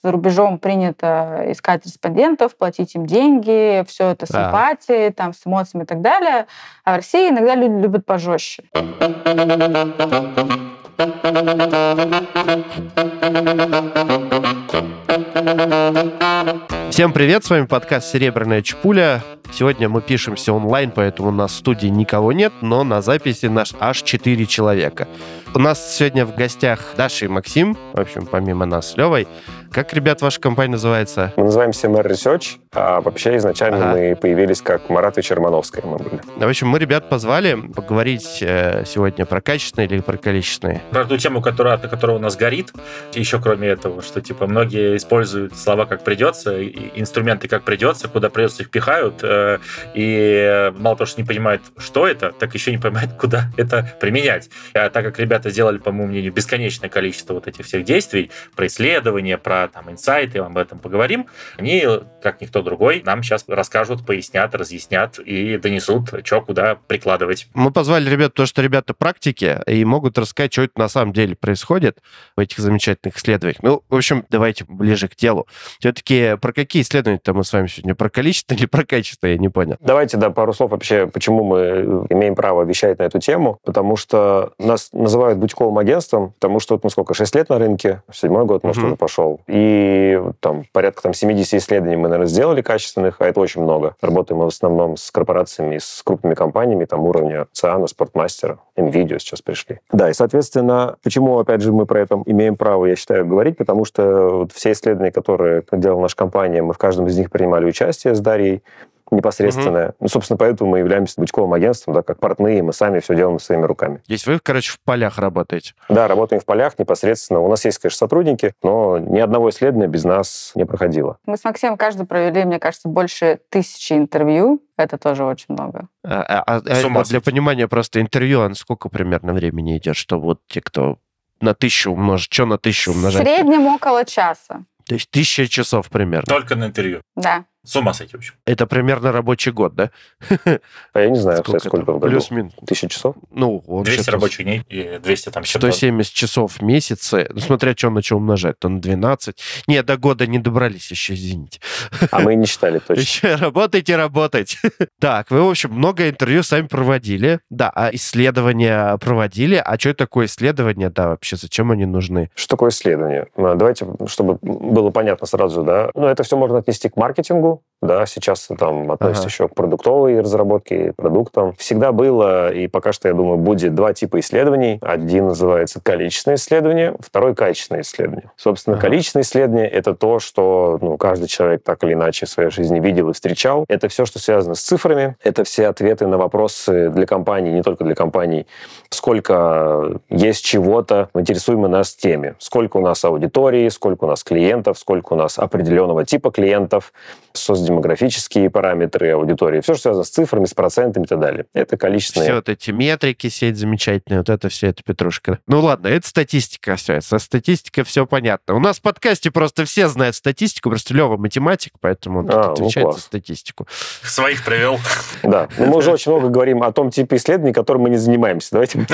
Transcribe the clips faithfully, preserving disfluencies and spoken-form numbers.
За рубежом принято искать респондентов, платить им деньги, все это с Да. эмпатией, там, с эмоциями и так далее. А в России иногда люди любят пожестче. Всем привет, с вами подкаст «Серебряная чпуля». Сегодня мы пишемся онлайн, поэтому у нас в студии никого нет, но на записи наш аж четыре человека. У нас сегодня в гостях Даша и Максим, в общем, помимо нас с Левой. Как, ребят, ваша компания называется? Мы называемся Mer Research, а вообще изначально Ага. мы появились как Маратович и Романовская мы были. В общем, мы ребят позвали поговорить э, сегодня про качественные или про количественные. Про ту тему, которая, которая у нас горит, еще кроме этого, что типа многие используют слова как придется, и инструменты как придется, куда придется их пихают, э, и мало того, что не понимают, что это, так еще не понимают, куда это применять. А так как ребята сделали, по моему мнению, бесконечное количество вот этих всех действий, про исследования, про там инсайты, об этом поговорим, они, как никто другой, нам сейчас расскажут, пояснят, разъяснят и донесут, что куда прикладывать. Мы позвали ребят, потому что ребята практики и могут рассказать, что это на самом деле происходит в этих замечательных исследованиях. Ну, в общем, давайте ближе к делу. Все-таки про какие исследования-то мы с вами сегодня? Про количество или про качество? Я не понял. Давайте, да, пару слов вообще, почему мы имеем право вещать на эту тему. Потому что нас называют бутиковым агентством, потому что вот мы сколько, шесть лет на рынке, седьмой год, может, Мгм. уже пошел. И там порядка там, семьдесят исследований мы, наверное, сделали качественных, а это очень много. Работаем мы в основном с корпорациями, с крупными компаниями, там уровня Циана, Спортмастера, NVIDIA сейчас пришли. Да, и, соответственно, почему, опять же, мы про это имеем право, я считаю, говорить, потому что вот все исследования, которые делала наша компания, мы в каждом из них принимали участие с Дарьей непосредственно. Mm-hmm. Ну, собственно, поэтому мы являемся бутиковым агентством, да, как портные, мы сами все делаем своими руками. Здесь вы, короче, в полях работаете. Да, работаем в полях непосредственно. У нас есть, конечно, сотрудники, но ни одного исследования без нас не проходило. Мы с Максимом каждый провели, мне кажется, больше тысячи интервью. Это тоже очень много. А, а, а, С ума а для сойти. понимания просто интервью, а на сколько примерно времени идет, что вот те, кто на тысячу умножит, что на тысячу В умножать? среднем около часа. То есть тысяча часов примерно. Только на интервью. Да. С ума сойти, в общем. Это примерно рабочий год, да? А я не знаю, Сколько кстати, сколько там? в году. Плюс-минус. Тысяча часов? Ну, он двести что-то рабочих дней и двести там сто семьдесят часов в месяц. Ну, смотря, что на что умножать, то на двенадцать. Нет, до года не добрались еще, извините. А мы и не считали точно. Еще работайте, работать. Так, вы, в общем, много интервью сами проводили. Да, а исследования проводили. А что такое исследования? Да, вообще, зачем они нужны? Что такое исследование? Ну, давайте, чтобы было понятно сразу, да. Ну, это все можно отнести к маркетингу, да, сейчас там относится Ага. еще к продуктовой разработке, продуктам. Всегда было, и пока что, я думаю, будет два типа исследований. Один называется количественное исследование, второй качественное исследование. Собственно, Ага. количественное исследование — это то, что ну, каждый человек так или иначе в своей жизни видел и встречал. Это все, что связано с цифрами, это все ответы на вопросы для компаний, не только для компаний, сколько есть чего-то в интересуемой нас теме, сколько у нас аудитории, сколько у нас клиентов, сколько у нас определенного типа клиентов, соцдемографические параметры аудитории, все, что связано с цифрами, с процентами и так далее. Это количественное. Все вот эти метрики, сеть замечательная, вот это все, это петрушка. Ну ладно, это статистика все. Со статистикой все понятно. У нас в подкасте просто все знают статистику, просто Лева математик, поэтому он тут А, ну отвечает класс. за статистику. Своих привел. Да, но мы уже очень много говорим о том типе исследований, которым мы не занимаемся. Давайте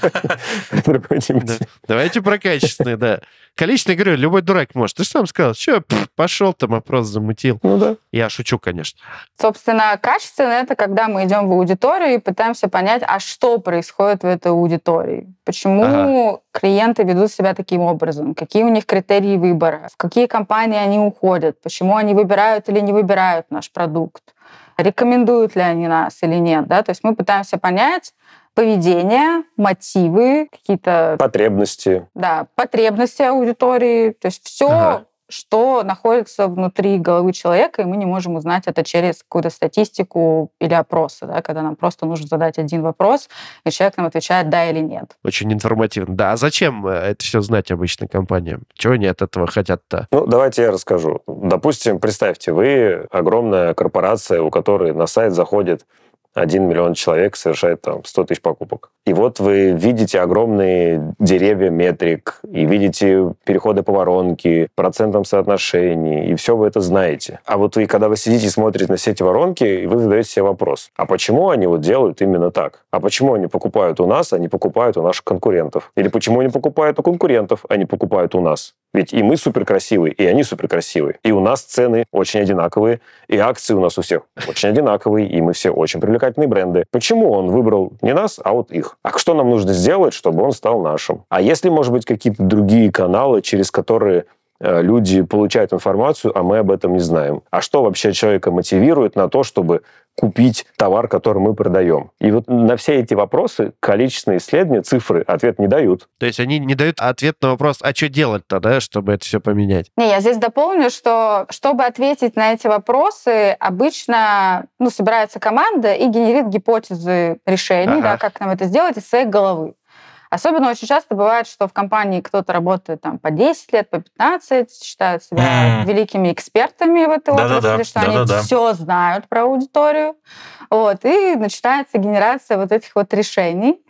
другой тип. Да. Давайте про качественные, да. Количественное, говорю, любой дурак может. Ты же сам сказал, что пошел там, опрос замутил. Ну да. Я шучу, конечно. Собственно, качественно это когда мы идем в аудиторию и пытаемся понять, а что происходит в этой аудитории. Почему Ага. клиенты ведут себя таким образом, какие у них критерии выбора, в какие компании они уходят, почему они выбирают или не выбирают наш продукт, рекомендуют ли они нас или нет. Да? То есть мы пытаемся понять поведение, мотивы, какие-то Потребности. да, потребности аудитории, то есть все, Ага. что находится внутри головы человека, и мы не можем узнать это через какую-то статистику или опросы, да, когда нам просто нужно задать один вопрос, и человек нам отвечает «да» или «нет». Очень информативно. Да, а зачем э, это все знать обычно компаниям? Чего они от этого хотят-то? Ну, давайте я расскажу. Допустим, представьте, вы огромная корпорация, у которой на сайт заходит один миллион человек, совершает там сто тысяч покупок. И вот вы видите огромные деревья метрик, и видите переходы по воронке, процентном соотношении, и все вы это знаете. А вот вы, когда вы сидите и смотрите на все эти воронки, и вы задаете себе вопрос, а почему они вот делают именно так? А почему они покупают у нас, а не покупают у наших конкурентов? Или почему они покупают у конкурентов, а не покупают у нас? Ведь и мы суперкрасивые, и они суперкрасивые. И у нас цены очень одинаковые, и акции у нас у всех очень одинаковые, и мы все очень привлекательные бренды. Почему он выбрал не нас, а вот их? А что нам нужно сделать, чтобы он стал нашим? А если, может быть, какие-то другие каналы, через которые люди получают информацию, а мы об этом не знаем? А что вообще человека мотивирует на то, чтобы купить товар, который мы продаем? И вот на все эти вопросы количественные исследования, цифры ответ не дают. То есть они не дают ответ на вопрос, а что делать-то, да, чтобы это все поменять? Не, я здесь дополню, что чтобы ответить на эти вопросы, обычно ну, собирается команда и генерит гипотезы решений, Ага. да, как нам это сделать из своей головы. Особенно очень часто бывает, что в компании кто-то работает там, по десять лет, по пятнадцать, считают себя М. великими экспертами в этой Да-да-да, отрасли, что они да-да-да. все знают про аудиторию. Вот, и начинается генерация вот этих вот решений.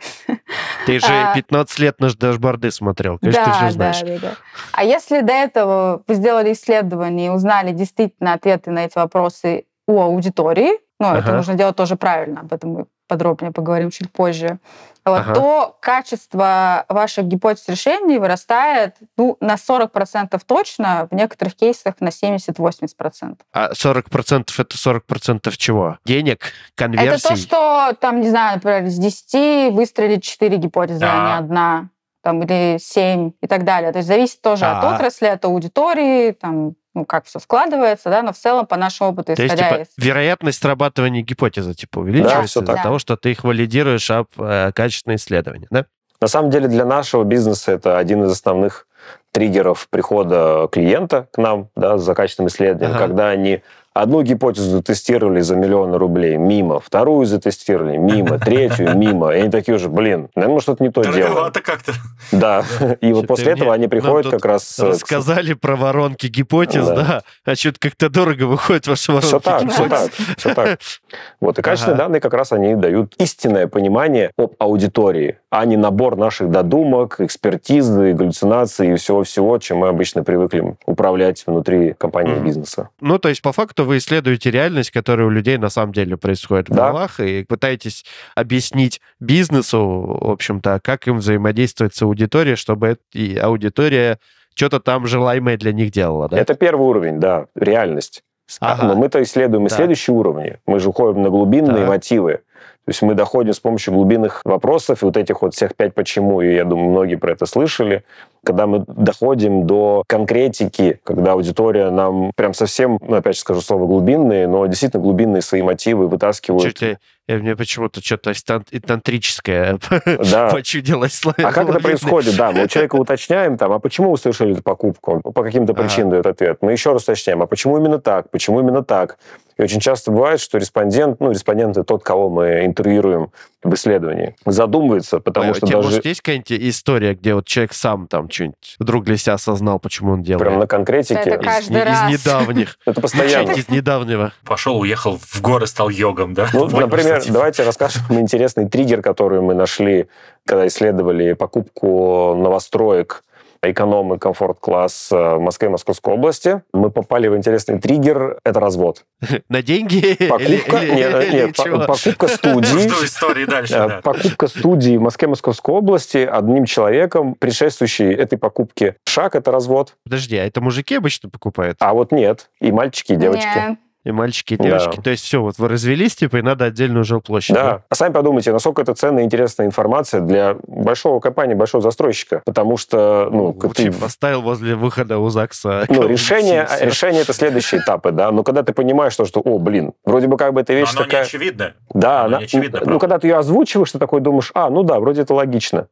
Ты же А, пятнадцать лет наш дашборды смотрел, конечно, ты Да, все да, знаешь. да, да. А если до этого вы сделали исследование и узнали действительно ответы на эти вопросы у аудитории, ну, это Ага. нужно делать тоже правильно, об этом мы подробнее поговорим чуть позже, вот, Ага. то качество ваших гипотез решений вырастает ну, на сорок процентов точно, в некоторых кейсах на семьдесят-восемьдесят процентов. А сорок процентов это сорок процентов чего? Денег? Конверсий? Это то, что, там, не знаю, например, из десяти выстрелить четыре гипотезы, а не А. одна, там, или семь и так далее. То есть зависит тоже от А. отрасли, от аудитории, там, ну, как все складывается, да, но в целом по нашему опыту, То есть, исходя типа, из... срабатывания срабатывания гипотезы, типа, увеличивается всё из-за так. того, что ты их валидируешь об э, качественное исследование, да? На самом деле для нашего бизнеса это один из основных триггеров прихода клиента к нам, да, за качественным исследованием, Ага. когда они одну гипотезу тестировали за миллионы рублей, мимо, вторую затестировали, мимо, третью, мимо. И они такие уже, блин, наверное, мы что-то не то делаем. Дороговато как-то. Да. И вот Что-то после мне- этого они нам приходят тут как раз... э, к- Рассказали про воронки гипотез, Да. да, а что-то как-то дорого выходит ваши воронки Все так, все гипотез. так, все так. Вот, и качественные Ага. данные как раз они дают истинное понимание об аудитории, а не набор наших додумок, экспертизы, галлюцинаций и всего-всего, чем мы обычно привыкли управлять внутри компании и Мгм. бизнеса. Ну, то есть, по факту, вы исследуете реальность, которая у людей на самом деле происходит в Да. головах, и пытаетесь объяснить бизнесу, в общем-то, как им взаимодействовать с аудиторией, чтобы эт- и аудитория что-то там желаемое для них делала, да? Это первый уровень, да, реальность. А, Ага. Но мы-то исследуем и Так. следующие уровни. Мы же уходим на глубинные Так. мотивы. То есть мы доходим с помощью глубинных вопросов и вот этих вот всех пять почему, и я думаю, многие про это слышали, когда мы доходим до конкретики, когда аудитория нам прям совсем, ну, опять же скажу слово глубинные, но действительно глубинные свои мотивы вытаскивают. Чуть ли- э, мне почему-то что-то стан- и тантрическое Да. почудилось. слово А как это «глубинный». происходит? Да, мы у человека уточняем, там, а почему вы совершили эту покупку? Он по каким-то Ага. причинам дает ответ. Мы еще раз уточняем, а почему именно так? Почему именно так? И очень часто бывает, что респондент, ну, респондент это тот, кого мы интервьюируем в исследовании, задумывается, потому Ой, у что тебя, даже может, есть какая-нибудь история, где вот человек сам там что-нибудь вдруг для себя осознал, почему он делает? прям на конкретике, Это Из, каждый не- из раз. недавних. это постоянно. Что-нибудь из недавнего. Пошел, уехал в горы, стал йогом, да? Ну, Понял, например, что, типа, давайте расскажем интересный триггер, который мы нашли, когда исследовали покупку новостроек эконом и комфорт-класс в Москве и Московской области. Мы попали в интересный триггер – это развод. На деньги? Покупка, Или- или- нет, или нет, по- чего? покупка студии. Что истории дальше, Э, да. Покупка студии в Москве и Московской области одним человеком, предшествующий этой покупке шаг – это развод. Подожди, а это мужики обычно покупают? А вот нет. И мальчики, и девочки. Не, И мальчики, и Да. девочки? То есть все, вот вы развелись, типа, и надо отдельную жилплощадь? Да. А сами подумайте, насколько это ценная и интересная информация для большого компании, большого застройщика. Потому что, ну, Ну, ты- типа, поставил возле выхода у ЗАГСа. ну, решение, Всё. решение – это следующие этапы, да. Но когда ты понимаешь, что, что, о, блин, вроде бы как бы эта Но вещь оно не такая... очевидно. Да, Оно она- не очевидно, ну, правда. когда ты ее озвучиваешь, ты такой думаешь, а, ну да, вроде это логично.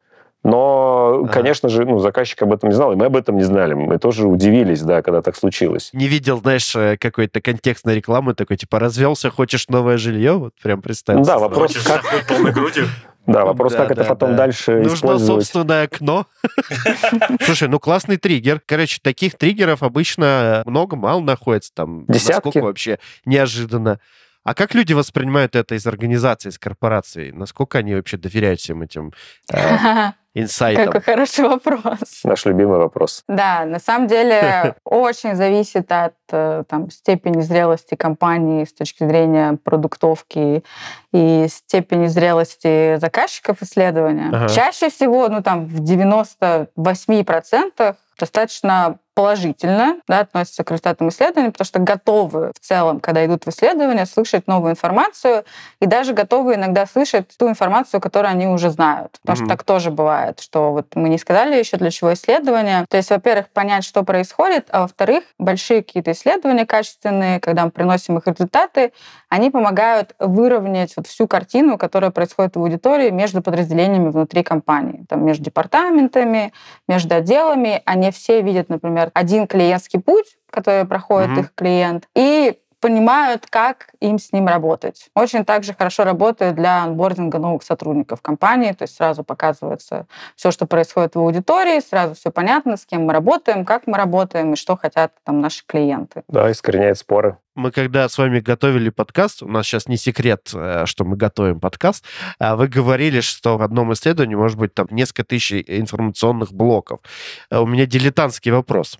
Но, Ага. конечно же, ну, заказчик об этом не знал, и мы об этом не знали. Мы тоже удивились, да, когда так случилось. Не видел, знаешь, э, какой-то контекстной рекламы, такой, типа, развелся, хочешь новое жилье? Вот прям представил. Да, себе. вопрос, Хочешь как- заходить полной грудью? Да, вопрос, Да, как это да, потом да. дальше Нужно использовать. собственное окно. Слушай, ну классный триггер. Короче, таких триггеров обычно много, мало находится там. Десятки. Насколько вообще неожиданно. А как люди воспринимают это из организации, из корпораций? Насколько они вообще доверяют всем этим э, инсайтам? какой хороший вопрос. Наш любимый вопрос. Да, на самом деле очень зависит от э, там, степени зрелости компании с точки зрения продуктовки и степени зрелости заказчиков исследования. Ага. Чаще всего, ну там в девяноста восьми процентах достаточно положительно, да, относятся к результатам исследований, потому что готовы в целом, когда идут в исследования, слышать новую информацию и даже готовы иногда слышать ту информацию, которую они уже знают. Потому mm-hmm. что так тоже бывает, что вот мы не сказали еще, для чего исследования. То есть, во-первых, понять, что происходит, а во-вторых, большие какие-то исследования качественные, когда мы приносим их результаты, они помогают выровнять вот всю картину, которая происходит в аудитории между подразделениями внутри компании, там, между департаментами, между отделами. Они все видят, например, один клиентский путь, который проходит mm-hmm. их клиент, и понимают, как им с ним работать. Очень также хорошо работает для онбординга новых сотрудников компании, то есть сразу показывается все, что происходит в аудитории, сразу все понятно, с кем мы работаем, как мы работаем и что хотят там наши клиенты. Да, искореняет споры. Мы когда с вами готовили подкаст, у нас сейчас не секрет, что мы готовим подкаст, вы говорили, что в одном исследовании может быть там несколько тысяч информационных блоков. У меня дилетантский вопрос.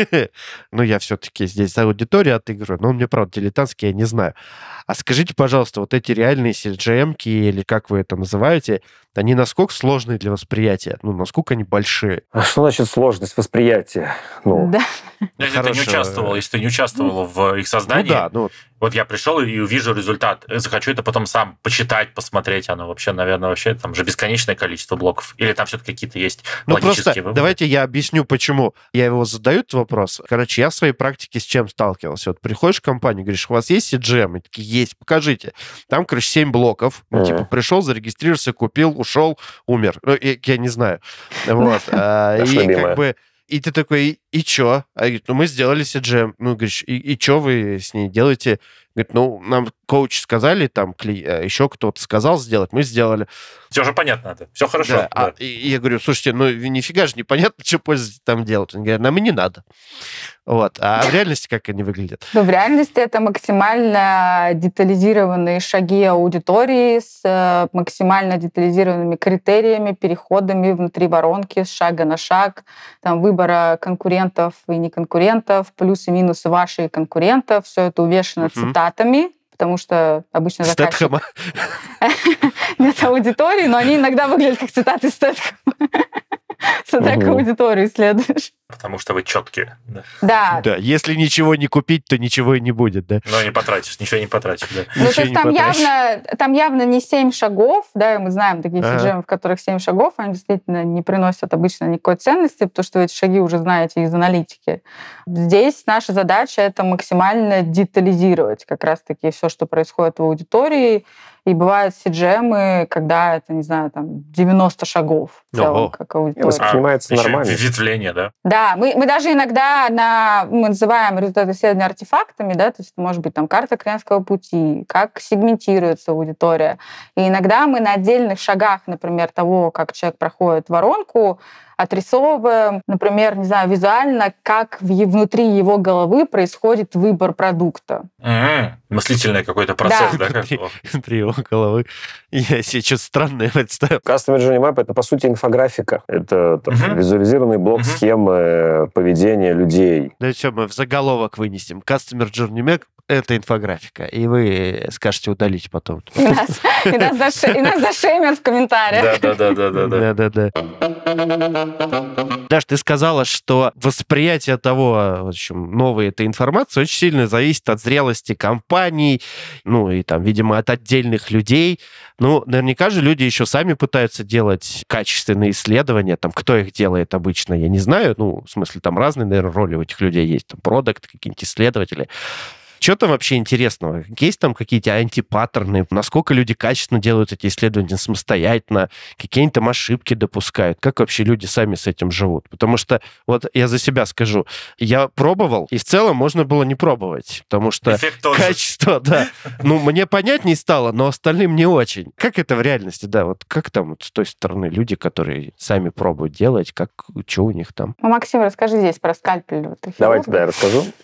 Ну, я все-таки здесь за аудиторию отыгрываю, но он мне, правда, дилетантский, я не знаю. А скажите, пожалуйста, вот эти реальные си джи эм-ки, или как вы это называете, они насколько сложные для восприятия? Ну, насколько они большие? А что значит сложность восприятия? Ну, да. Если ты не участвовал, если ты не участвовал в их создании, ну, да, ну... вот я пришел и увижу результат, захочу это потом сам почитать, посмотреть, оно вообще, наверное, вообще там же бесконечное количество блоков. Или там все-таки какие-то есть ну, логические просто выводы? Давайте я объясню, почему. Я его задаю, этот вопрос. Короче, я в своей практике с чем сталкивался? Вот приходишь в компанию, говоришь, у вас есть си джи эм? И такие, есть, покажите. Там, короче, семь блоков. Ну, типа, пришел, зарегистрировался, купил, ушел, умер. Ну, я, я не знаю. Вот. И как бы... И ты такой, и, и чё? А говорит, ну, мы сделали си джи эм. Ну, говоришь, и, и чё вы с ней делаете? Говорит, ну, нам коуч сказали, там, кли... еще кто-то сказал сделать, мы сделали. Все же понятно, это. Все хорошо. Да. Да. А, и, и я говорю, слушайте, ну, нифига же непонятно, что пользователь там делать. Он говорит, нам и не надо. Вот. А в реальности как они выглядят? Ну, в реальности это максимально детализированные шаги аудитории с максимально детализированными критериями, переходами внутри воронки с шага на шаг, там, выбора конкурентов и неконкурентов, плюсы-минусы ваших конкурентов. Все это увешано uh-huh. цитатами, потому что обычно заказчик... Нет аудитории, но они иногда выглядят как цитаты Стэтхэма. Смотря как аудиторию исследуешь. Потому что вы четкие. Да. Да. Да. Если ничего не купить, то ничего и не будет, да? Но не потратишь, ничего не потратишь, да. Ну, то есть там явно, там явно не семь шагов, да, и мы знаем такие си джи эм, в которых семь шагов, они действительно не приносят обычно никакой ценности, потому что вы эти шаги уже знаете из аналитики. Здесь наша задача — это максимально детализировать как раз-таки все, что происходит в аудитории. И бывают си джи эм, когда это, не знаю, там девяносто шагов в целом, Ого. как аудитория. Воспринимается а, нормально. Ветвление, да? Да, мы, мы даже иногда на, мы называем результаты исследования артефактами, да, то есть это может быть там карта клиентского пути, как сегментируется аудитория. И иногда мы на отдельных шагах, например, того, как человек проходит воронку, отрисовываем, например, не знаю, визуально, как в, внутри его головы происходит выбор продукта. Mm-hmm. Мыслительный какой-то процесс, да? да как внутри его головы. Я себе что-то странное представил. Customer Journey Map — это, по сути, инфографика. Это там, uh-huh. визуализированный блок uh-huh. схемы поведения людей. Да все, мы в заголовок вынесем. Customer Journey Map — это инфографика. И вы скажете удалить потом. И нас, и нас, заше, и нас зашемят в комментариях. Да-да-да. Да-да-да. Даш, ты сказала, что восприятие того, в общем, новой этой информации очень сильно зависит от зрелости компаний, ну и там, видимо, от отдельных людей. Ну, наверняка же люди еще сами пытаются делать качественные исследования. Там, кто их делает обычно, я не знаю. Ну, в смысле, там разные, наверное, роли у этих людей есть. Там продакт, какие-нибудь исследователи. Что там вообще интересного? Есть там какие-то антипаттерны? Насколько люди качественно делают эти исследования самостоятельно? Какие-нибудь там ошибки допускают? Как вообще люди сами с этим живут? Потому что, вот я за себя скажу, я пробовал, и в целом можно было не пробовать, потому что качество, да, ну, мне понятней стало, но остальным не очень. Как это в реальности, да? Вот как там вот с той стороны люди, которые сами пробуют делать, как, что у них там? Ну, Максим, расскажи здесь про скальпель. Вот Давайте, да, я расскажу.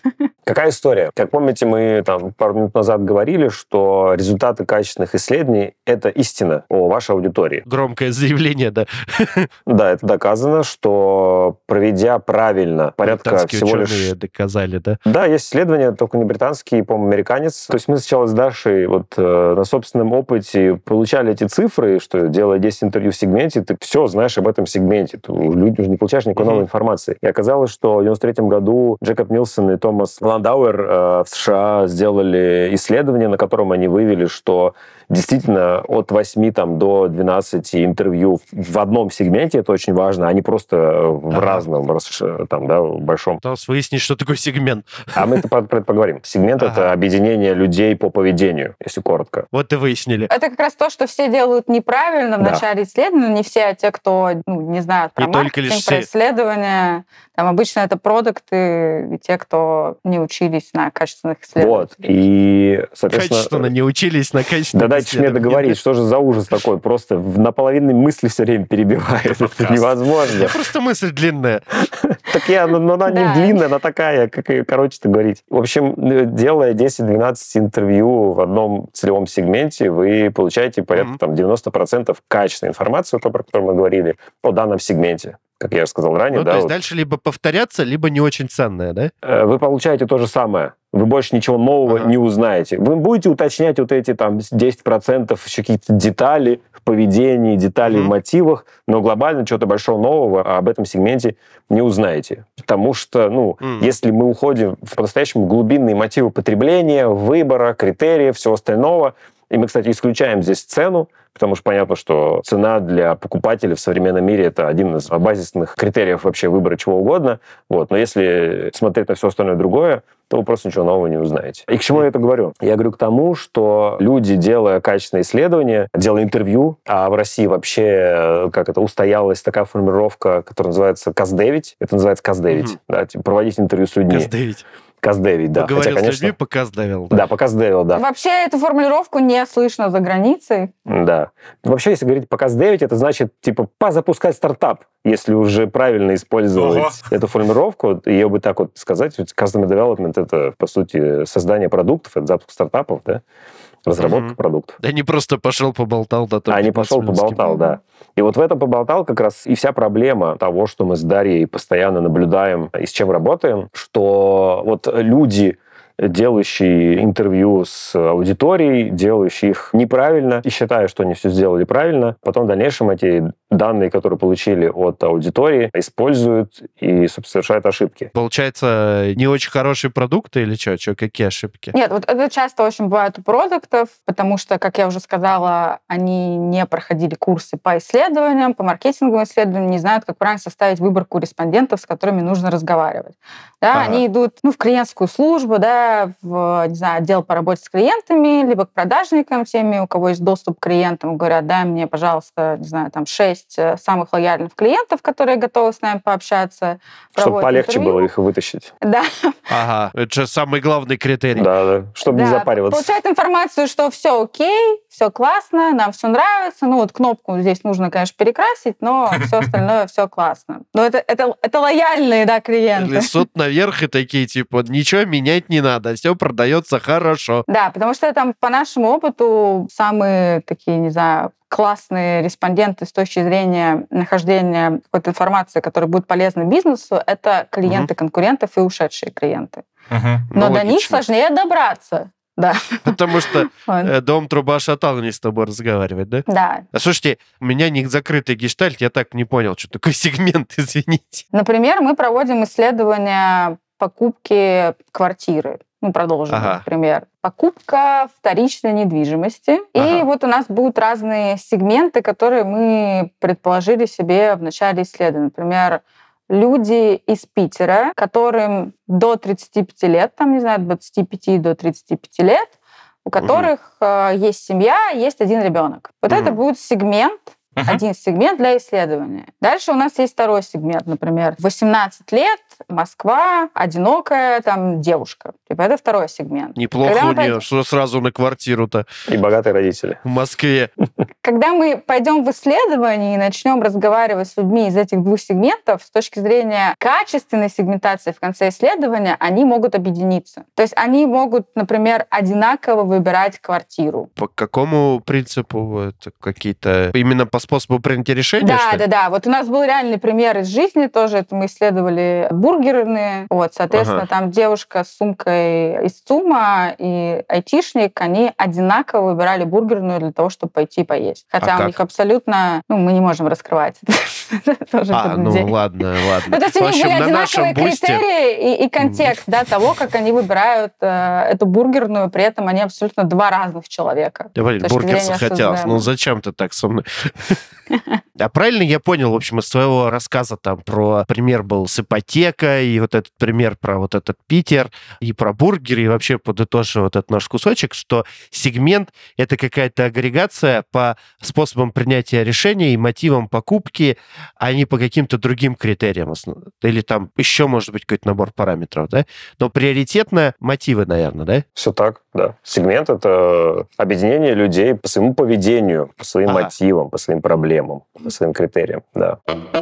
Какая история? Как помните, мы там пару минут назад говорили, что результаты качественных исследований — это истина о вашей аудитории. Громкое заявление, да. Да, это доказано, что проведя правильно порядка Британские всего ученые лишь... доказали, да? Да, есть исследования, только не британские, по-моему, американец. То есть мы сначала с Дашей вот э, на собственном опыте получали эти цифры, что делая десять интервью в сегменте, ты все знаешь об этом сегменте. Ты, люди уже не получаешь никакой mm-hmm. новой информации. И оказалось, что в девяносто третьем году Джекоб Нилсон и Томас Ландауэр э, в США сделали исследование, на котором они вывели, что действительно от восьми там, до двенадцати интервью в одном сегменте, это очень важно, а не просто в ага. разном, там, да, большом. Пытался выяснить, что такое сегмент. А мы это про это поговорим. Сегмент ага. — это объединение людей по поведению, если коротко. Вот и выяснили. Это как раз то, что все делают неправильно в да. начале исследования. Не все, а те, кто ну, не знают про не маркетинг, про исследования. Там обычно это продукты и те, кто не учились на качественных исследованиях. Вот. И, соответственно... Качественно не учились на качественных да дайте мне договорить, что же за ужас такой? Просто на половине мысли все время перебивает. Это невозможно. Я просто мысль длинная. Так я, но она не длинная, она такая, как ее короче-то говорить. В общем, делая десять-двенадцать интервью в одном целевом сегменте, вы получаете порядка там девяносто процентов качественной информации, про которую мы говорили, о данном сегменте. Как я сказал ранее. Ну, да, то есть вот. Дальше либо повторяться, либо не очень ценное, да? Вы получаете то же самое. Вы больше ничего нового ага. не узнаете. Вы будете уточнять вот эти там десять процентов еще какие-то детали в поведении, детали mm-hmm. в мотивах, но глобально чего-то большого нового об этом сегменте не узнаете. Потому что, ну, mm-hmm. если мы уходим в по-настоящему глубинные мотивы потребления, выбора, критериев, всего остального, и мы, кстати, исключаем здесь цену, потому что понятно, что цена для покупателя в современном мире — это один из базисных критериев вообще выбора чего угодно. Вот. Но если смотреть на все остальное другое, то вы просто ничего нового не узнаете. И к чему я это говорю? Я говорю к тому, что люди, делая качественные исследования, делая интервью, а в России вообще, как это, устоялась такая формулировка, которая называется кас девять. Это называется кас девять. Mm-hmm. Да, типа проводить интервью с людьми. кас девять. кас девять, да. Поговорил Хотя, конечно, с людьми, показ давил. Да, да показ девил, да. Вообще эту формулировку не слышно за границей. Да. Вообще, если говорить по кас девять, это значит, типа, запускать стартап. Если уже правильно использовать Ого. эту формулировку, ее бы так вот сказать, customer development — это, по сути, создание продуктов, это запуск стартапов, да, разработка mm-hmm. продуктов. Да не просто пошел поболтал, да. А не пошел поболтал, да. И вот в этом поболтал как раз и вся проблема того, что мы с Дарьей постоянно наблюдаем и с чем работаем, что вот люди, делающие интервью с аудиторией, делающие их неправильно и считая, что они все сделали правильно, потом в дальнейшем эти данные, которые получили от аудитории, используют и, собственно, совершают ошибки. Получается, не очень хорошие продукты или что? Что, какие ошибки? Нет, вот это часто очень бывает у продуктов, потому что, как я уже сказала, они не проходили курсы по исследованиям, по маркетинговым исследованиям, не знают, как правильно составить выборку респондентов, с которыми нужно разговаривать. Да, ага. Они идут ну, в клиентскую службу, да, в, не знаю, отдел по работе с клиентами, либо к продажникам, теми, у кого есть доступ к клиентам, говорят, дай мне, пожалуйста, не знаю, там, шесть самых лояльных клиентов, которые готовы с нами пообщаться. Чтобы полегче интервью. Было их вытащить. Да. Ага, это же самый главный критерий. Да, да, чтобы да, не запариваться. Получает информацию, что все окей, все классно, нам все нравится. Ну вот кнопку здесь нужно, конечно, перекрасить, но все остальное все классно. Но это, это, это лояльные, да, клиенты. Несут наверх и такие, типа, ничего менять не надо, все продается хорошо. Да, потому что там по нашему опыту самые такие, не знаю, классные респонденты с точки зрения нахождения какой-то информации, которая будет полезна бизнесу, это клиенты конкурентов и ушедшие клиенты. Угу. Но ну, до них сложнее добраться. Да. Потому что дом труба шатал не с тобой разговаривать, да? Да. А слушайте, у меня не закрытый гештальт, я так не понял, что такое сегмент, извините. Например, мы проводим исследования покупки квартиры. Ну, продолжим, ага. например. Покупка вторичной недвижимости. Ага. И вот у нас будут разные сегменты, которые мы предположили себе в начале исследования. Например, люди из Питера, которым до тридцати пяти лет, там, не знаю, от двадцати пяти до тридцати пяти лет, у которых угу. есть семья, есть один ребенок. Вот угу. это будет сегмент Uh-huh. Один сегмент для исследования. Дальше у нас есть второй сегмент, например, восемнадцать лет, Москва, одинокая там девушка. Типа это второй сегмент. Неплохо Когда у нее, пойдем... что сразу на квартиру-то. И богатые родители. В Москве. Когда мы пойдем в исследование и начнем разговаривать с людьми из этих двух сегментов, с точки зрения качественной сегментации в конце исследования, они могут объединиться. То есть они могут, например, одинаково выбирать квартиру. По какому принципу? Это какие-то... Именно по способу принятия решения, Да, что ли? да, да. Вот у нас был реальный пример из жизни тоже. Это мы исследовали бургерные. Вот, соответственно, Ага. там девушка с сумкой из ЦУМа и айтишник, они одинаково выбирали бургерную для того, чтобы пойти поесть. Хотя А у как? них абсолютно... Ну, мы не можем раскрывать. Это тоже А, под ну людей. ладно, Ну, ладно. то есть В у них общем, были на нашем одинаковые бусте... критерии и, и контекст да, того, как они выбирают э, эту бургерную, при этом они абсолютно два разных человека. Да, блин, с точки бургер зрения захотелось. осознания. Ну зачем ты так со мной? А правильно я понял, в общем, из твоего рассказа там про пример был с ипотекой, и вот этот пример про вот этот Питер, и про бургеры, и вообще подытожив вот этот наш кусочек, что сегмент — это какая-то агрегация по способам принятия решения и мотивам покупки, а не по каким-то другим критериям. основ- Или там еще, может быть, какой-то набор параметров, да? Но приоритетно мотивы, наверное, да? Все так, да. Сегмент — это объединение людей по своему поведению, по своим Ага. мотивам, по своим проблемам, по своим критериям, да.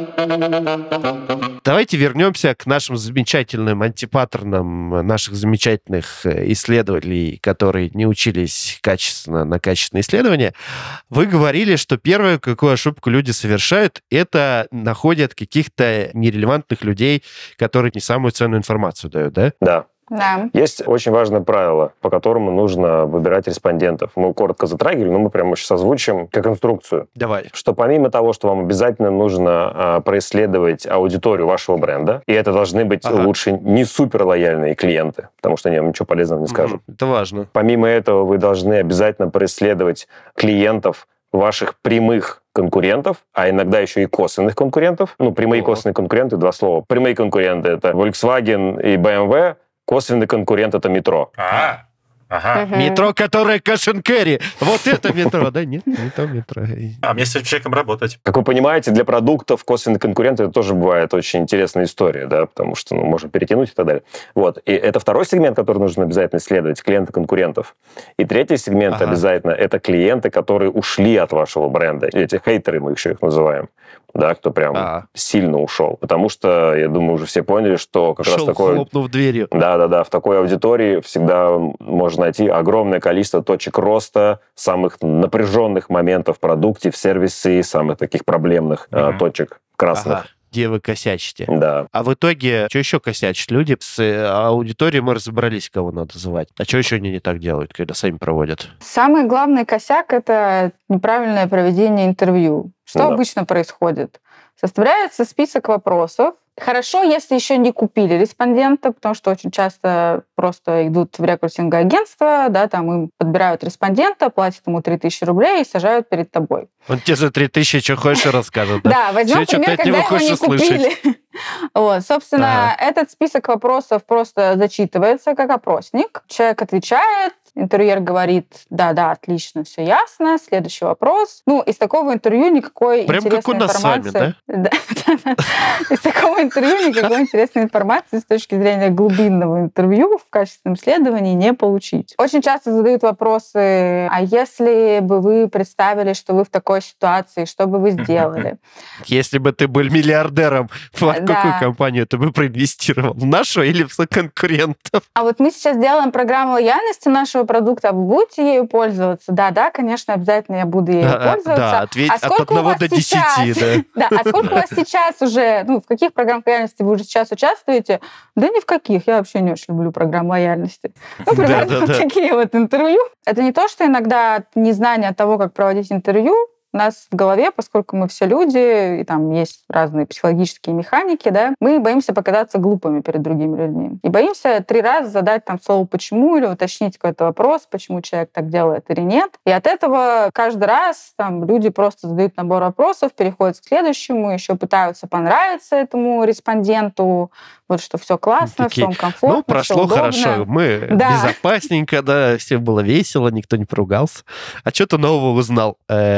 Давайте вернемся к нашим замечательным антипаттернам наших замечательных э, исследователей, которые не учились качественно на качественные исследования. Вы говорили, что первое, какую ошибку люди совершают, это находят каких-то нерелевантных людей, которые не самую ценную информацию дают, да? Да. Да. Есть очень важное правило, по которому нужно выбирать респондентов. Мы коротко затрагивали, но мы прямо сейчас озвучим как инструкцию. Давай. Что помимо того, что вам обязательно нужно а, происследовать аудиторию вашего бренда, и это должны быть Ага. лучше не супер лояльные клиенты, потому что они вам ничего полезного не скажут. Мгм. Это важно. Помимо этого, вы должны обязательно происследовать клиентов ваших прямых конкурентов, а иногда еще и косвенных конкурентов. Ну, прямые и О. косвенные конкуренты — два слова. Прямые конкуренты — это Volkswagen и бэ эм вэ, косвенный конкурент — это метро. А, ага. Мгм. Метро, которое Cash and Carry. Вот это метро, да? Нет, не то метро. А мне с этим человеком работать. Как вы понимаете, для продуктов косвенные конкуренты это тоже бывает очень интересная история, да, потому что ну, можно перетянуть и так далее. Вот. И это второй сегмент, который нужно обязательно исследовать, клиенты конкурентов. И третий сегмент Ага. обязательно это клиенты, которые ушли от вашего бренда. Эти хейтеры, мы еще их называем, да, кто прям А. сильно ушел. Потому что, я думаю, уже все поняли, что как раз Шел, такое... хлопнув дверью. Да-да-да, в такой аудитории всегда можно найти огромное количество точек роста, самых напряженных моментов в продукте, в сервисе, самых таких проблемных э, Мгм. точек красных. Ага. Где вы косячите? Да. А в итоге, что еще косячат люди? С э, аудиторией мы разобрались, кого надо звать. А что еще они не так делают, когда сами проводят? Самый главный косяк — это неправильное проведение интервью. Что Да. обычно происходит? Составляется список вопросов. Хорошо, если еще не купили респондента, потому что очень часто просто идут в рекрутинговое агентство, да, там им подбирают респондента, платят ему три тысячи рублей и сажают перед тобой. Он тебе за три тысячи что хочешь и расскажет, да? Да, возьмем Всё, что ты пример, от когда него его хочешь не услышать. купили. Вот, собственно, Ага. этот список вопросов просто зачитывается как опросник. Человек отвечает, интервьюер говорит: да-да, отлично, все ясно, следующий вопрос. Ну, из такого интервью никакой Прям как у интересной нас с вами, информации... Да, да. Из такого интервью никакой интересной информации с точки зрения глубинного интервью в качественном исследовании не получить. Очень часто задают вопросы: а если бы вы представили, что вы в такой ситуации, что бы вы сделали? Если бы ты был миллиардером, в Да. какую компанию ты бы проинвестировал? В нашу или в конкурентов? А вот мы сейчас делаем программу лояльности нашего продукта, а вы будете ею пользоваться? Да, да, конечно, обязательно я буду ею А, а, пользоваться. Да, ответь А от сколько у одного вас до сейчас? десяти, да. Да, а сколько у вас сейчас уже, ну, в каких программах лояльности вы уже сейчас участвуете? Да ни в каких, я вообще не очень люблю программы лояльности. Ну, примерно Да, да, вот да. такие вот интервью. Это не то, что иногда от незнания того, как проводить интервью, у нас в голове, поскольку мы все люди, и там есть разные психологические механики, да, мы боимся показаться глупыми перед другими людьми. И боимся три раза задать там слово «почему» или уточнить какой-то вопрос, почему человек так делает или нет. И от этого каждый раз там люди просто задают набор вопросов, переходят к следующему, еще пытаются понравиться этому респонденту, вот что все классно, Такие, все комфортно, Ну, прошло всё удобно. хорошо. Мы Да. безопасненько, да, все было весело, никто не поругался. А что ты нового узнал? Э,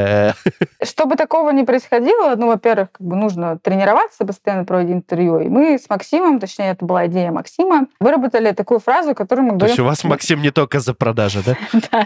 Чтобы такого не происходило, ну, во-первых, как бы нужно тренироваться, постоянно проводить интервью. И мы с Максимом, точнее, это была идея Максима, выработали такую фразу, которую мы говорим... То есть у вас, Максим, не только за продажи, да?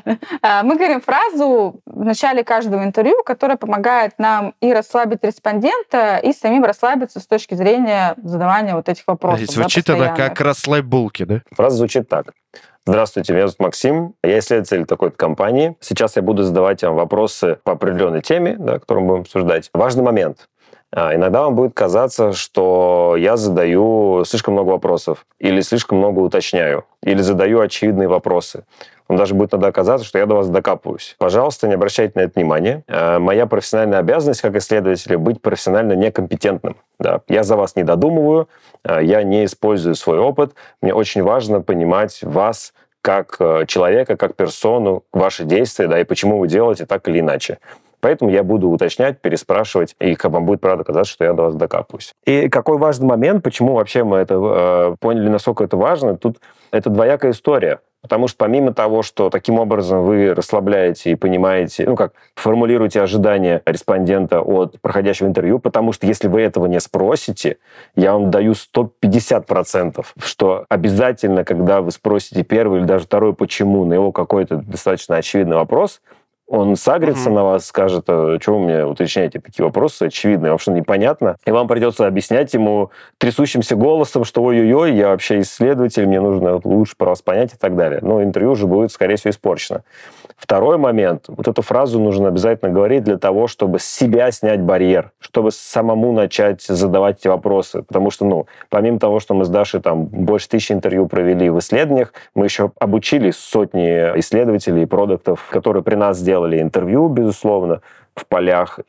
Да. Мы говорим фразу в начале каждого интервью, которая помогает нам и расслабить респондента, и самим расслабиться с точки зрения задавания вот этих вопросов. Звучит она как расслабь булки, да? Фраза звучит так. Здравствуйте, меня зовут Максим, я исследователь такой-то компании. Сейчас я буду задавать вам вопросы по определенной теме, да, которую мы будем обсуждать. Важный момент. Иногда вам будет казаться, что я задаю слишком много вопросов, или слишком много уточняю, или задаю очевидные вопросы. Вам даже будет иногда казаться, что я до вас докапываюсь. Пожалуйста, не обращайте на это внимания. Моя профессиональная обязанность как исследователя быть профессионально некомпетентным. Да. Я за вас не додумываю, я не использую свой опыт. Мне очень важно понимать вас как человека, как персону, ваши действия, да, и почему вы делаете так или иначе. Поэтому я буду уточнять, переспрашивать, и как вам будет правда казаться, что я до вас докапываюсь. И какой важный момент, почему вообще мы это э, поняли, насколько это важно, тут это двоякая история. Потому что помимо того, что таким образом вы расслабляете и понимаете, ну как, формулируете ожидания респондента от проходящего интервью, потому что если вы этого не спросите, я вам даю сто пятьдесят процентов, что обязательно, когда вы спросите первый или даже второй «почему» на его какой-то достаточно очевидный вопрос, он сагрится mm-hmm. на вас, скажет, а что вы мне уточняете такие вопросы очевидные, вам что, непонятно? И вам придется объяснять ему трясущимся голосом, что ой-ой-ой, я вообще исследователь, мне нужно лучше про вас понять и так далее. Но интервью уже будет, скорее всего, испорчено. Второй момент. Вот эту фразу нужно обязательно говорить для того, чтобы с себя снять барьер, чтобы самому начать задавать эти вопросы. Потому что, ну, помимо того, что мы с Дашей там больше тысячи интервью провели в исследованиях, мы еще обучили сотни исследователей и продуктов, которые при нас делали интервью, безусловно, в полях.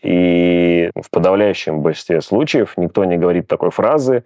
И в подавляющем большинстве случаев никто не говорит такой фразы.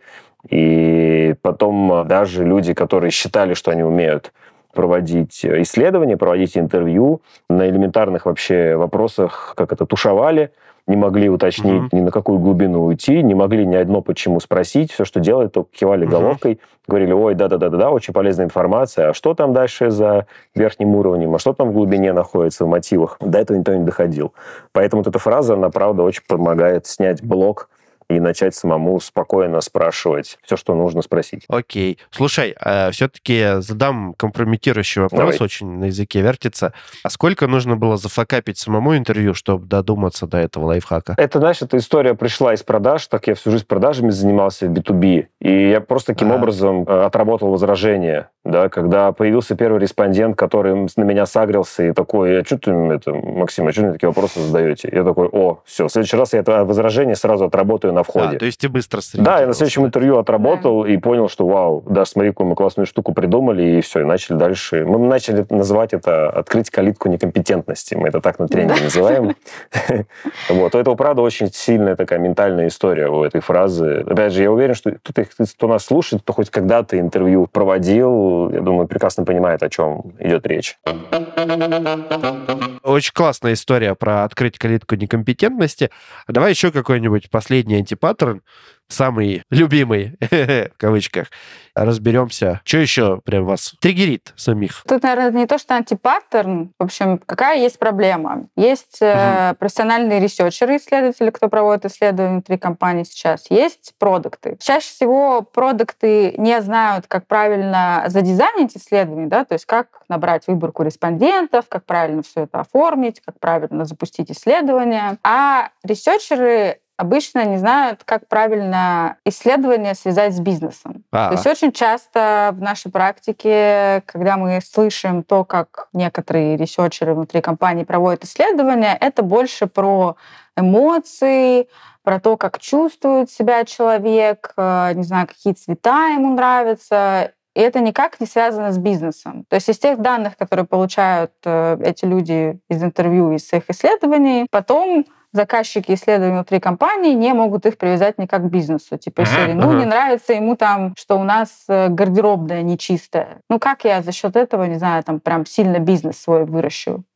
И потом даже люди, которые считали, что они умеют проводить исследования, проводить интервью, на элементарных вообще вопросах, как это, тушевали, не могли уточнить mm-hmm. ни на какую глубину уйти, не могли ни одно почему спросить, все, что делали, только кивали mm-hmm. головкой, говорили, ой, да-да-да-да, очень полезная информация, а что там дальше за верхним уровнем, а что там в глубине находится в мотивах, до этого никто не доходил. Поэтому вот эта фраза, она, правда, очень помогает снять блок и начать самому спокойно спрашивать все, что нужно спросить. Окей. Слушай, а все-таки задам компрометирующий вопрос, Давай. Очень на языке вертится. А сколько нужно было зафакапить самому интервью, чтобы додуматься до этого лайфхака? Это, знаешь, эта история пришла из продаж, так я всю жизнь продажами занимался в би ту би, и я просто таким а. образом отработал возражение. Да, когда появился первый респондент, который на меня сагрился и такой, а что ты, это, Максим, а что мне такие вопросы задаете? Я такой, о, все, в следующий раз я это возражение сразу отработаю на входе. А, то есть ты быстро Да, я на следующем интервью отработал да. и понял, что вау, Даш, смотри, какую мы классную штуку придумали, и все, и начали дальше. Мы начали называть это «открыть калитку некомпетентности». Мы это так на тренинге называем. Вот. У этого, правда, очень сильная такая ментальная история у этой фразы. Опять же, я уверен, что кто нас слушает, кто хоть когда-то интервью проводил, я думаю, прекрасно понимает, о чем идет речь. Очень классная история про открыть калитку некомпетентности. Давай еще какой-нибудь последний антипаттерн, самый любимый, в кавычках, разберемся. Что еще прям вас триггерит самих? Тут, наверное, не то, что антипаттерн. В общем, какая есть проблема? Есть угу. профессиональные ресерчеры, исследователи, кто проводит исследования внутри компании сейчас. Есть продукты. Чаще всего продукты не знают, как правильно задизайнить исследование, да, то есть как набрать выборку респондентов, как правильно все это оформить, как правильно запустить исследование. А ресерчеры обычно не знают, как правильно исследование связать с бизнесом. А-а. То есть очень часто в нашей практике, когда мы слышим то, как некоторые ресерчеры внутри компании проводят исследования, это больше про эмоции, про то, как чувствует себя человек, не знаю, какие цвета ему нравятся. И это никак не связано с бизнесом. То есть из тех данных, которые получают эти люди из интервью, из своих исследований, потом заказчики исследований внутри компании не могут их привязать никак к бизнесу. Типа, uh-huh, серии, ну, uh-huh. не нравится ему там, что у нас гардеробная нечистая. Ну, как я за счет этого, не знаю, там прям сильно бизнес свой выращу?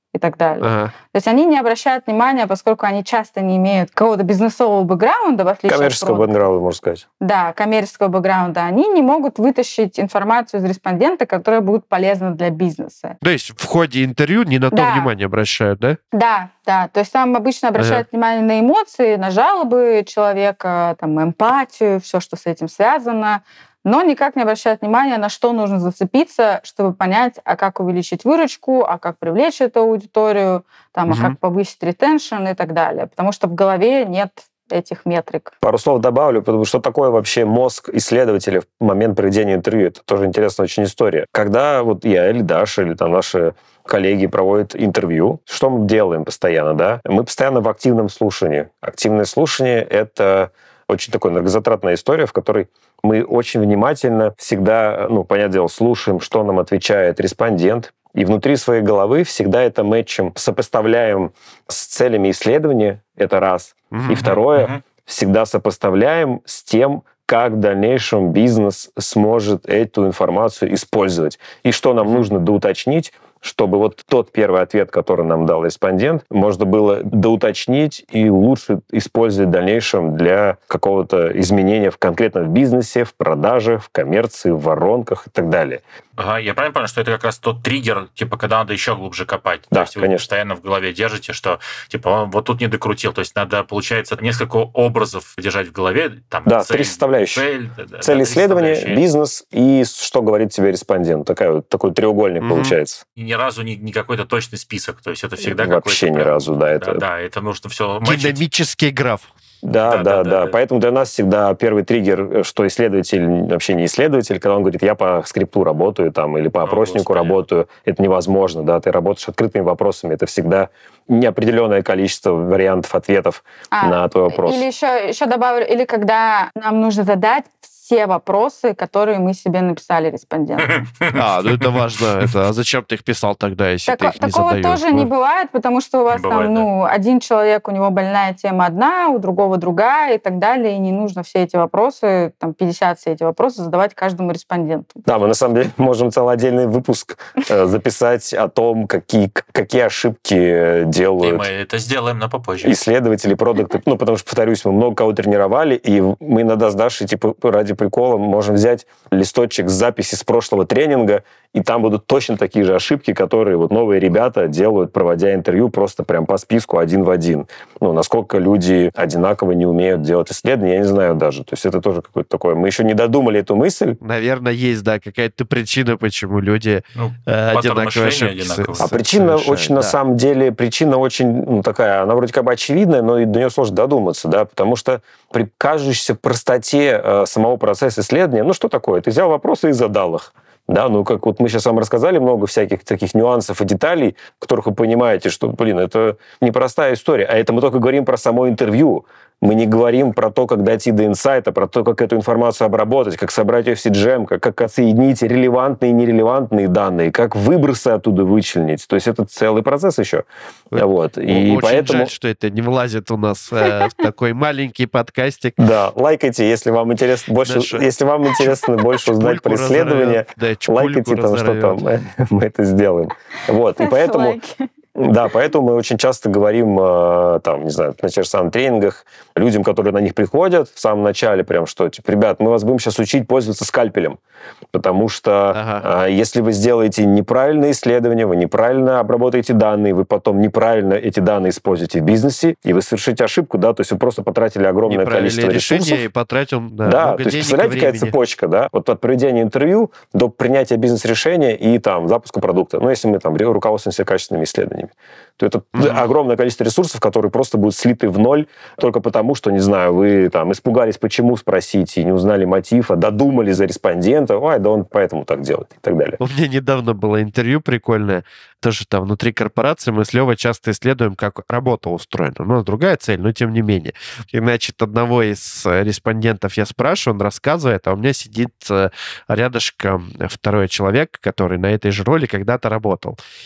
и так далее. Ага. То есть они не обращают внимания, поскольку они часто не имеют какого-то бизнесового бэкграунда, в отличие Коммерческого от продукта. бэкграунда, можно сказать. Да, коммерческого бэкграунда. Они не могут вытащить информацию из респондента, которая будет полезна для бизнеса. То есть в ходе интервью не на то Да. внимание обращают, да? Да, да. То есть там обычно обращают Ага. внимание на эмоции, на жалобы человека, там, эмпатию, все, что с этим связано, но никак не обращают внимания, на что нужно зацепиться, чтобы понять, а как увеличить выручку, а как привлечь эту аудиторию, там, Мгм. а как повысить ретеншн и так далее. Потому что в голове нет этих метрик. Пару слов добавлю, потому что такое вообще мозг исследователя в момент проведения интервью. Это тоже интересная очень история. Когда вот я или Даша, или там наши коллеги проводят интервью, что мы делаем постоянно, да? Мы постоянно в активном слушании. Активное слушание — это очень такая энергозатратная история, в которой мы очень внимательно всегда, ну, понятное дело, слушаем, что нам отвечает респондент, и внутри своей головы всегда это мэтчем сопоставляем с целями исследования, это раз. Мгм. И второе, Мгм. всегда сопоставляем с тем, как в дальнейшем бизнес сможет эту информацию использовать. И что нам нужно доуточнить, чтобы вот тот первый ответ, который нам дал респондент, можно было доуточнить и лучше использовать в дальнейшем для какого-то изменения в конкретно в бизнесе, в продаже, в коммерции, в воронках и так далее. Ага, я правильно понял, что это как раз тот триггер, типа, когда надо еще глубже копать? Да, То есть вы конечно. постоянно в голове держите, что, типа, он вот тут не докрутил. То есть надо, получается, несколько образов держать в голове. Там, Да, цель, три составляющие. Цель, да, да, Цель три исследования, составляющие. бизнес и что говорит тебе респондент. Такая, вот- такой треугольник Мгм. получается. И ни разу не, не какой-то точный список. То есть это всегда Вообще какой-то ни прям- разу, да, Да, это... да, это нужно все мочить. Динамический граф. Да, Да, да, да, да, да, да. Поэтому для нас всегда первый триггер, что исследователь вообще не исследователь, когда он говорит, я по скрипту работаю там, или по О, опроснику Господи. работаю, это невозможно, да, ты работаешь открытыми вопросами, это всегда неопределенное количество вариантов ответов А, на твой вопрос. Или еще, еще добавлю, или когда нам нужно задать все вопросы, которые мы себе написали респонденту. А, ну это важно. Это, а зачем ты их писал тогда, если ты Тако- их не такого задаешь? тоже не Ну, бывает, потому что у вас бывает, там, ну, один человек, у него больная тема одна, у другого другая и так далее, и не нужно все эти вопросы, там, пятьдесят все эти вопросы задавать каждому респонденту. Да, мы на самом деле можем целый отдельный выпуск э, записать о том, какие, какие ошибки э, И делают мы это сделаем, но попозже. исследователи, продукты. Ну, потому что, повторюсь, мы много кого тренировали, и мы иногда с Дашей, типа, ради прикола можем взять листочек с записи с прошлого тренинга, и там будут точно такие же ошибки, которые вот новые ребята делают, проводя интервью, просто прям по списку один в один. Ну, насколько люди одинаково не умеют делать исследования, я не знаю даже. То есть это тоже какое-то такое... Мы еще не додумали эту мысль. наверное, есть, да, какая-то причина, почему люди Ну, э, паттерн одинаковые мышления ошибки одинаковый. со- А причина совершают, очень, на да. самом деле, причина очень ну, такая, она вроде как бы очевидная, но и до нее сложно додуматься, да, потому что при кажущейся простоте э, самого процесса исследования, ну что такое? Ты взял вопросы и задал их. Да, ну, как вот мы сейчас вам рассказали много всяких таких нюансов и деталей, в которых вы понимаете, что, блин, это непростая история. А это мы только говорим про само интервью. Мы не говорим про то, как дойти до инсайта, про то, как эту информацию обработать, как собрать ее в си джи эм, как, как отсоединить релевантные и нерелевантные данные, как выбросы оттуда вычленить. То есть это целый процесс еще. Ой, Вот. И Очень поэтому... жаль, что это не влазит у нас э, в такой маленький подкастик. Да, лайкайте, если вам интересно больше, Нашу если вам интересно больше узнать про Чпульку исследования, разорвет. Да, чпульку лайкайте там что-то, разорвет. мы, мы это сделаем. Вот, и поэтому... Лайки. Да, поэтому мы очень часто говорим, э, там, не знаю, на тех же самых тренингах, людям, которые на них приходят в самом начале, прям что, типа, ребят, мы вас будем сейчас учить пользоваться скальпелем, потому что Ага. э, если вы сделаете неправильное исследование, вы неправильно обработаете данные, вы потом неправильно эти данные используете в бизнесе, и вы совершите ошибку, да, то есть вы просто потратили огромное Неправильное количество решение ресурсов. и потратил да, Да, много то есть денег и представляете, какая времени. цепочка, да? Вот от проведения интервью до принятия бизнес-решения и там запуска продукта. Ну, если мы там руководствуемся качественными исследованиями, то это Мгм. огромное количество ресурсов, которые просто будут слиты в ноль только потому, что, не знаю, вы там испугались, почему спросить, и не узнали мотив, а додумали за респондента, ой, да он поэтому так делает и так далее. У меня недавно было интервью прикольное, тоже там внутри корпорации мы с Левой часто исследуем, как работа устроена. У нас другая цель, но тем не менее. И, значит, одного из э, респондентов я спрашиваю, он рассказывает, а у меня сидит э, рядышком второй человек, который на этой же роли когда-то работал. И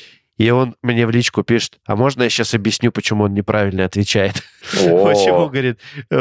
И он мне в личку пишет, а можно я сейчас объясню, почему он неправильно отвечает? О. Почему, говорит,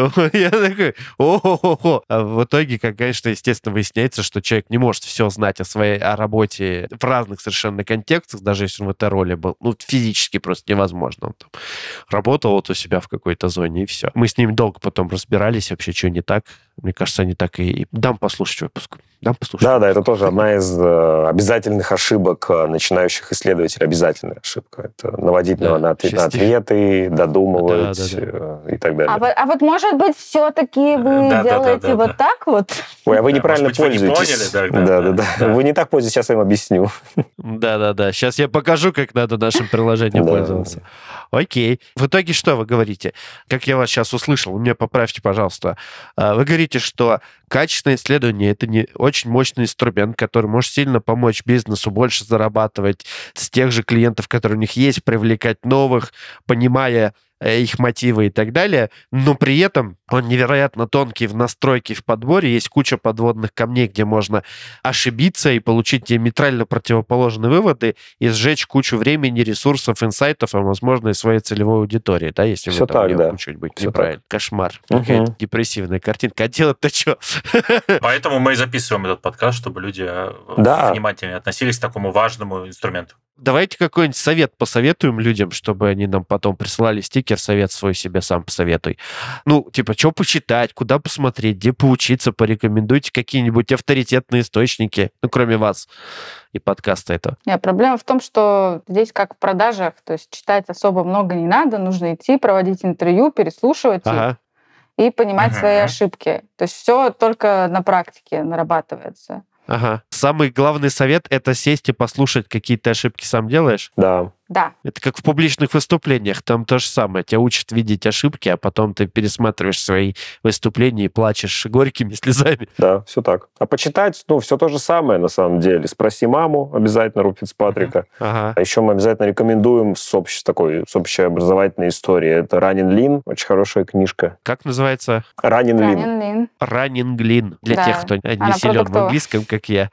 я такой, о-хо-хо. А в итоге, как, конечно, естественно, выясняется, что человек не может все знать о своей о работе в разных совершенно контекстах, даже если он в этой роли был. Ну, физически просто невозможно. Он там работал вот у себя в какой-то зоне, и все. Мы с ним долго потом разбирались вообще, что не так. Мне кажется, они так и... Дам послушать выпуск. Дам послушать. Да, да, это тоже одна из э, обязательных ошибок э, начинающих исследователей. Обязательная ошибка. Это наводить Да, на, на, ответ- на части- ответы, додумывать Да, да, э, и так далее. А, вот, а вот, может быть, все-таки вы Да, да, да, делаете да, вот да. так вот? Ой, а вы Да, неправильно может быть, вы не пользуетесь. поняли, да, да, да, да, да. Вы не так пользуетесь, сейчас я вам объясню. Да-да-да. Сейчас я покажу, как надо нашим приложением Да. пользоваться. Окей. В итоге что вы говорите? Как я вас сейчас услышал, вы меня поправьте, пожалуйста. А, Вы говорите, что качественное исследование — это не очень мощный инструмент, который может сильно помочь бизнесу больше зарабатывать с тех же клиентов, которые у них есть, привлекать новых, понимая э, их мотивы и так далее, но при этом он невероятно тонкий в настройке, в подборе. Есть куча подводных камней, где можно ошибиться и получить диаметрально противоположные выводы и сжечь кучу времени, ресурсов, инсайтов, а, возможно, и своей целевой аудитории, да, если Всё вы там так, не- да. что-нибудь Всё неправильно. Кошмар. Мгм. Какая-то депрессивная картинка. А делать-то что? Поэтому мы и записываем этот подкаст, чтобы люди э, Да. внимательнее относились к такому важному инструменту. Давайте какой-нибудь совет посоветуем людям, чтобы они нам потом присылали стикер, совет свой себе сам посоветуй. Ну, типа, что почитать, куда посмотреть, где поучиться, порекомендуйте какие-нибудь авторитетные источники, ну, кроме вас и подкаста этого. Нет, проблема в том, что здесь как в продажах, то есть читать особо много не надо, нужно идти, проводить интервью, переслушивать их Ага. и понимать Мгм. свои ошибки. То есть все только на практике нарабатывается. Ага. Самый главный совет — это сесть и послушать, какие ты ошибки сам делаешь. Да. Да. Это как в публичных выступлениях, там то же самое. Тебя учат видеть ошибки, а потом ты пересматриваешь свои выступления и плачешь горькими слезами. Да, все так. А почитать, ну, все то же самое, на самом деле. «Спроси маму» обязательно, Ру Фицпатрика. Ага. А еще мы обязательно рекомендуем с, общей, такой, с общеобразовательной историей. Это «Раннин Лин», очень хорошая книжка. Как называется? «Раннин Лин». Раннин Лин. Раннинг Лин. Для Да. тех, кто не Она силен в продуктовая. английском, как я.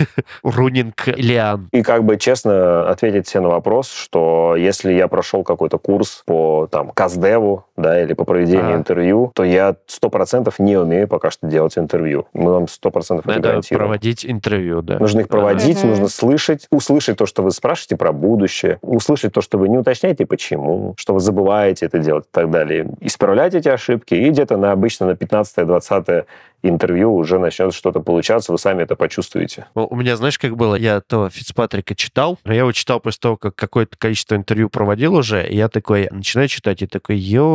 Рунинг Лиан. И как бы честно ответить себе на вопрос, что если я прошел какой-то курс по там каздеву, да, или по проведению Ага. интервью, то я сто процентов не умею пока что делать интервью. Мы вам сто процентов это Надо гарантируем. проводить интервью, да. Нужно их проводить, Мгм. нужно слышать, услышать то, что вы спрашиваете про будущее, услышать то, что вы не уточняете, почему, что вы забываете это делать и так далее. Исправлять эти ошибки, и где-то на обычно на пятнадцатое-двадцатое интервью уже начнет что-то получаться, вы сами это почувствуете. Ну, у меня, знаешь, как было? Я того Фицпатрика читал, но я его читал после того, как какое-то количество интервью проводил уже, и я такой начинаю читать, и такой,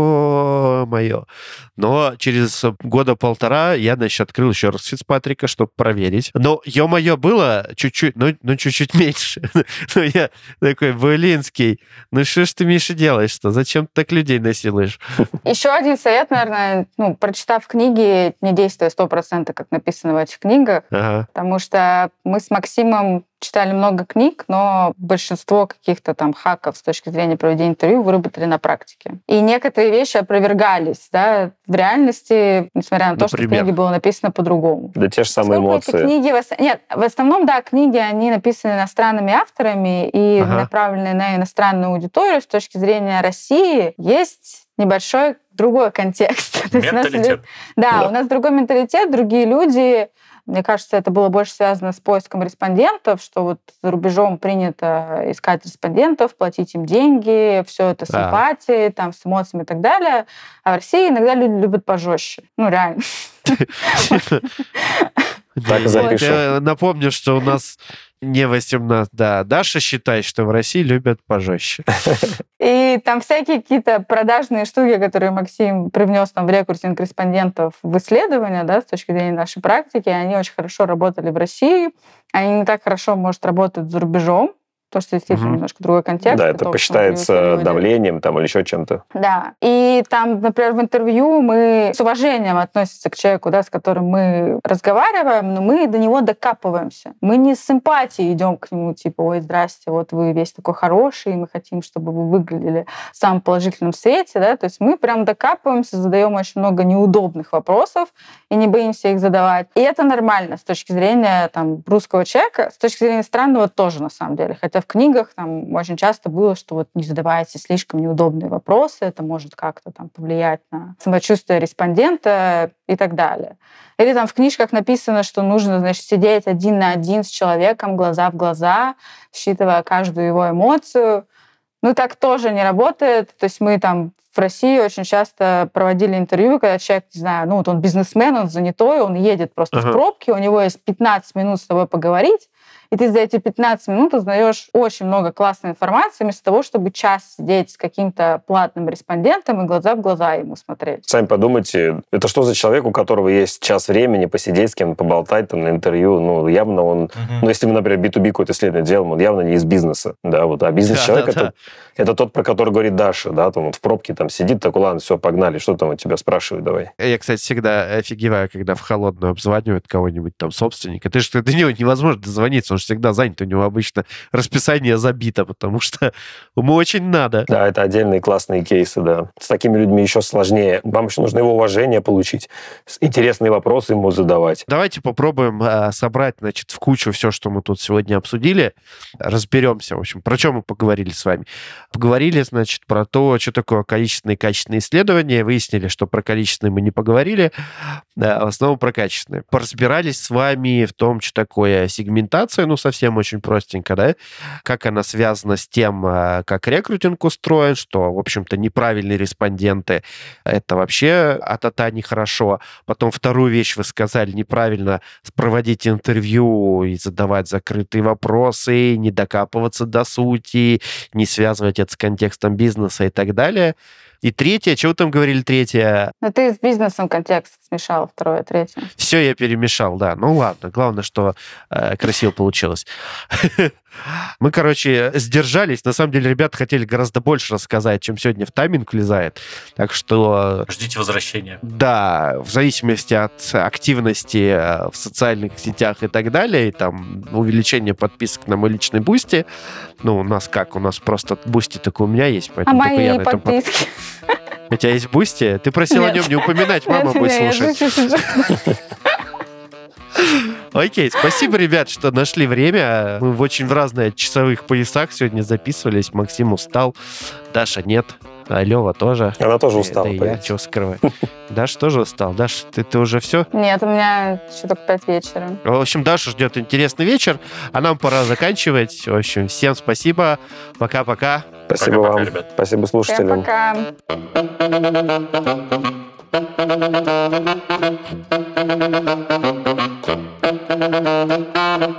ё-моё. Но через года полтора я, значит, открыл еще раз Фицпатрика, чтобы проверить. Но, ё-моё, было чуть-чуть, ну, ну чуть-чуть меньше. Ну, я такой, блинский, ну что ж ты, Миша, делаешь-то? Зачем ты так людей насилуешь? Еще один совет, наверное, ну, прочитав книги, не действуя сто процентов, как написано в этих книгах, Ага. потому что мы с Максимом читали много книг, но большинство каких-то там хаков с точки зрения проведения интервью выработали на практике. И некоторые вещи опровергались, да, в реальности, несмотря на то, что в Например? книге было написано по-другому. Да те же самые Поскольку эти эмоции. книги... в ос- Нет, в основном, да, книги, они написаны иностранными авторами и Ага. направлены на иностранную аудиторию. С точки зрения России есть небольшой другой контекст. То есть у нас Менталитет. лю- Да, Да. у нас другой менталитет, другие люди. Мне кажется, это было больше связано с поиском респондентов, что вот за рубежом принято искать респондентов, платить им деньги, все это с А. эмпатией, там, с эмоциями и так далее. А в России иногда люди любят пожестче. Ну, реально. Так и запишем. Я напомню, что у нас не восемнадцать. Да, Даша считает, что в России любят пожестче. И там всякие какие-то продажные штуки, которые Максим привнес там в рекрутинг респондентов в исследования, да, с точки зрения нашей практики, они очень хорошо работали в России. Они не так хорошо, может, работают за рубежом, потому что действительно Мгм. немножко другой контекст. Да, и это то, что мы посчитается исследовали. давлением там, или еще чем-то. Да. И там, например, в интервью мы с уважением относимся к человеку, да, с которым мы разговариваем, но мы до него докапываемся. Мы не с симпатией идем к нему, типа, ой, здрасте, вот вы весь такой хороший, и мы хотим, чтобы вы выглядели в самом положительном свете. Да? То есть мы прям докапываемся, задаем очень много неудобных вопросов и не боимся их задавать. И это нормально с точки зрения там, русского человека, с точки зрения странного тоже, на самом деле. Хотя в в книгах там очень часто было, что вот не задавайте слишком неудобные вопросы, это может как-то там повлиять на самочувствие респондента и так далее. Или там в книжках написано, что нужно, значит, сидеть один на один с человеком, глаза в глаза, считывая каждую его эмоцию. Ну, так тоже не работает. То есть мы там в России очень часто проводили интервью, когда человек, не знаю, ну вот он бизнесмен, он занятой, он едет просто ага. в пробке, у него есть пятнадцать минут с тобой поговорить, и ты за эти пятнадцать минут узнаешь очень много классной информации, вместо того, чтобы час сидеть с каким-то платным респондентом и глаза в глаза ему смотреть. Сами подумайте, это что за человек, у которого есть час времени посидеть с кем-то, поболтать там на интервью? Ну, явно он... Угу. Ну, если мы, например, би ту би какое-то исследование делаем, он явно не из бизнеса, да, вот. А бизнес-человек да, да, это, да. это тот, про который говорит Даша, да, там вот в пробке там сидит, такой, ладно, все, погнали, что там у тебя спрашивают, давай. Я, кстати, всегда офигеваю, когда в холодную обзванивают кого-нибудь там собственника. Ты же до него невозможно дозвониться, он же всегда занят, у него обычно расписание забито, потому что ему очень надо. Да, это отдельные классные кейсы, да. С такими людьми еще сложнее. Вам еще нужно его уважение получить, интересные вопросы ему задавать. Давайте попробуем э, собрать, значит, в кучу все, что мы тут сегодня обсудили. Разберемся, в общем, про что мы поговорили с вами. Поговорили, значит, про то, что такое количественные и качественные исследования. Выяснили, что про количественные мы не поговорили, да, в основном про качественные. Поразбирались с вами в том, что такое сегментация, ну, совсем очень простенько, да, как она связана с тем, как рекрутинг устроен, что, в общем-то, неправильные респонденты — это вообще а-та-та нехорошо. Потом вторую вещь вы сказали, неправильно проводить интервью и задавать закрытые вопросы, не докапываться до сути, не связывать это с контекстом бизнеса и так далее. И третье, что вы там говорили, третье? Ну, ты с бизнесом контекст смешал, второе, третье. Все я перемешал, да. Ну, ладно, главное, что э, красиво получилось. Мы, короче, сдержались. На самом деле, ребята хотели гораздо больше рассказать, чем сегодня в тайминг влезает. Так что... Ждите возвращения. Да, в зависимости от активности в социальных сетях и так далее, и там увеличение подписок на мой личный Бусти. Ну, у нас как? У нас просто Бусти только у меня есть, поэтому а только мои я на этом подписки? У тебя есть Бусти? Ты просил о нем не упоминать, мама будет слушать. Окей, спасибо, ребят, что нашли время. Мы в очень в разных часовых поясах сегодня записывались. Максим устал, Даша нет, а Лёва тоже. Она тоже устала. Да и я, чего скрывать. Даша тоже устал. Даша, ты, ты уже все? Нет, у меня еще только пять вечера. В общем, Дашу ждет интересный вечер, а нам пора заканчивать. В общем, всем спасибо. Пока-пока. Спасибо Пока-пока, вам. ребят. Спасибо слушателям. Всем пока.